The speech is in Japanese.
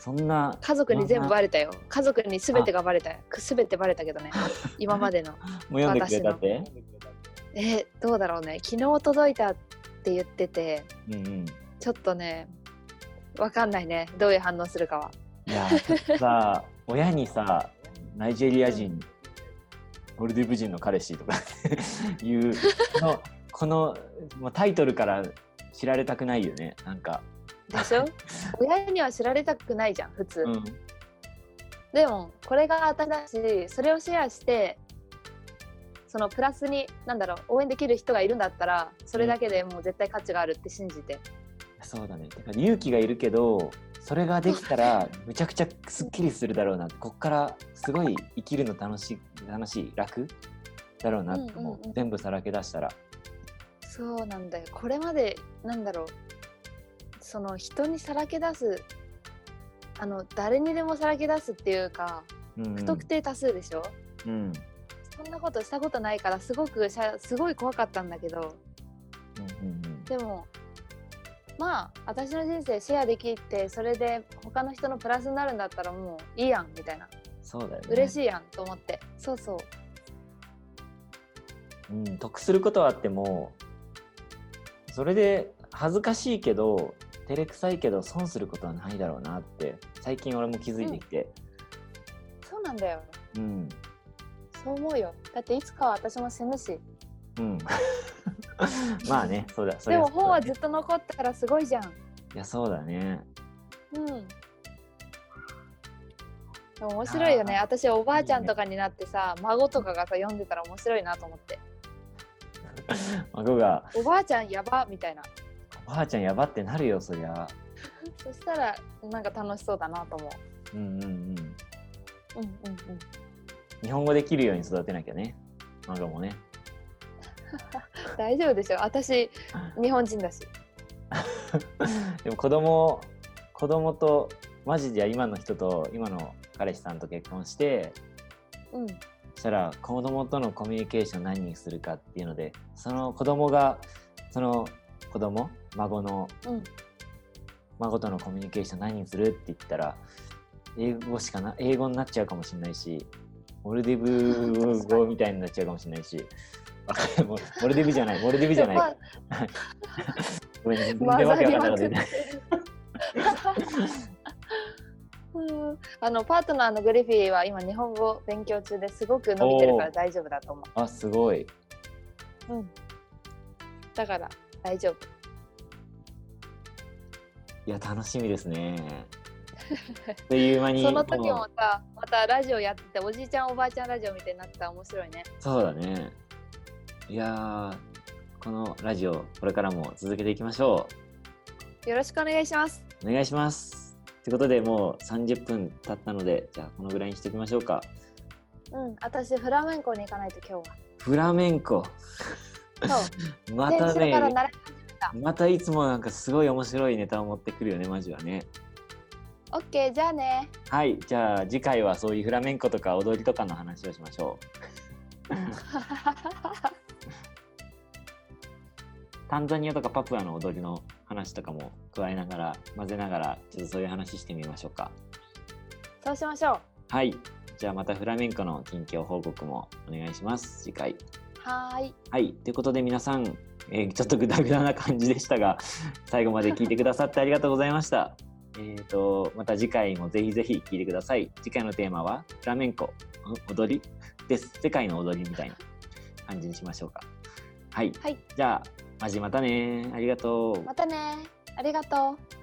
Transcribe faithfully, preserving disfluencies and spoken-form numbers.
そんな家族に全部バレたよ。家族に全てがバレたよ。全てバレたけどね。今までのもう読んでくれたって。 えー、どうだろうね。昨日届いたって言ってて、 うんうん、 ちょっとねわかんないね、どういう反応するかは。 いやさ親にさナイジェリア人、モルディブ人の彼氏とかいうこの、このもうタイトルから知られたくないよね。なんかでしょ親には知られたくないじゃん普通、 うん、 でもこれが私だし、それをシェアしてそのプラスになんだろう応援できる人がいるんだったら、それだけでもう絶対価値があるって信じて、 うん、そうだね。てか勇気がいるけど、それができたらむちゃくちゃすっきりするだろうな。こっからすごい生きるの楽しい楽しい楽だろうなって思う、うんうんうん、全部さらけ出したら。 そうなんだよ。これまでなんだろう、その人にさらけ出す、あの誰にでもさらけ出すっていうか、うんうん、不特定多数でしょ、うん、そんなことしたことないからすごくすごい怖かったんだけど、うんうんうん、でもまあ私の人生シェアできて、それで他の人のプラスになるんだったらもういいやんみたいな。 そうだよね、 嬉しいやんと思って。そうそう、 うん、得することはあってもそれで恥ずかしいけど照れくさいけど損することはないだろうなって最近俺も気づいてきて、うん、 そうなんだよ、 うん、 そう思うよ。だっていつかは私も死ぬし、うんまあね、そうだ、そでも本はずっと残ったらすごいじゃん。いや、そうだね。 うん。でも面白いよね。私おばあちゃんとかになってさ、いいね、孫とかがさ読んでたら面白いなと思って。 孫がおばあちゃんやばみたいな。 おばあちゃんやばってなるよ、そりゃ。 そしたらなんか楽しそうだなと思う。 うんうんうん。うんうんうん。日本語できるように育てなきゃね、孫もね。 大丈夫でしょ、私日本人だし。 でも子供子供とマジで今の人と今の彼氏さんと結婚して、うん、そしたら子供とのコミュニケーション何にするかっていうので、その子供がその子供孫の、うん、孫とのコミュニケーション何にするって言ったら英語しかな英語になっちゃうかもしれないし、モルディブ語みたいになっちゃうかもしれないし。モルディブじゃないモルディブじゃないごめん、全然わけわかんなかった。 あのパートナーのグリフィーは今日本語勉強中ですごく伸びてるから大丈夫だと思う。 あ、すごい、 うん、だから大丈夫。 いや楽しみですね。という間にその時もさ、またラジオやってておじいちゃんおばあちゃんラジオみたいになってたら面白いね。 そうだね。いやこのラジオこれからも続けていきましょう。よろしくお願いします。 お願いします。ということでもうさんじゅっぷん経ったので、じゃあこのぐらいにしておきましょうか。 うん、私フラメンコに行かないと今日は。 フラメンコ。 そうまたね、またいつもなんかすごい面白いネタを持ってくるよね、マジはね。 オッケー、じゃあね。 はい、じゃあ次回はそういうフラメンコとか踊りとかの話をしましょう。タンザニアとかパプアの踊りの話とかも加えながら混ぜながらちょっとそういう話してみましょうか。 そうしましょう。 はい、じゃあまたフラメンコの近況報告もお願いします次回。 はい。 はい、ということで皆さん、えー、ちょっとグダグダな感じでしたが最後まで聞いてくださってありがとうございました。えーとまた次回もぜひぜひ聞いてください。次回のテーマはフラメンコ踊りです。世界の踊りみたいな感じにしましょうか。はい、はい、じゃあマジまたね。ありがとう。 またね。ありがとう。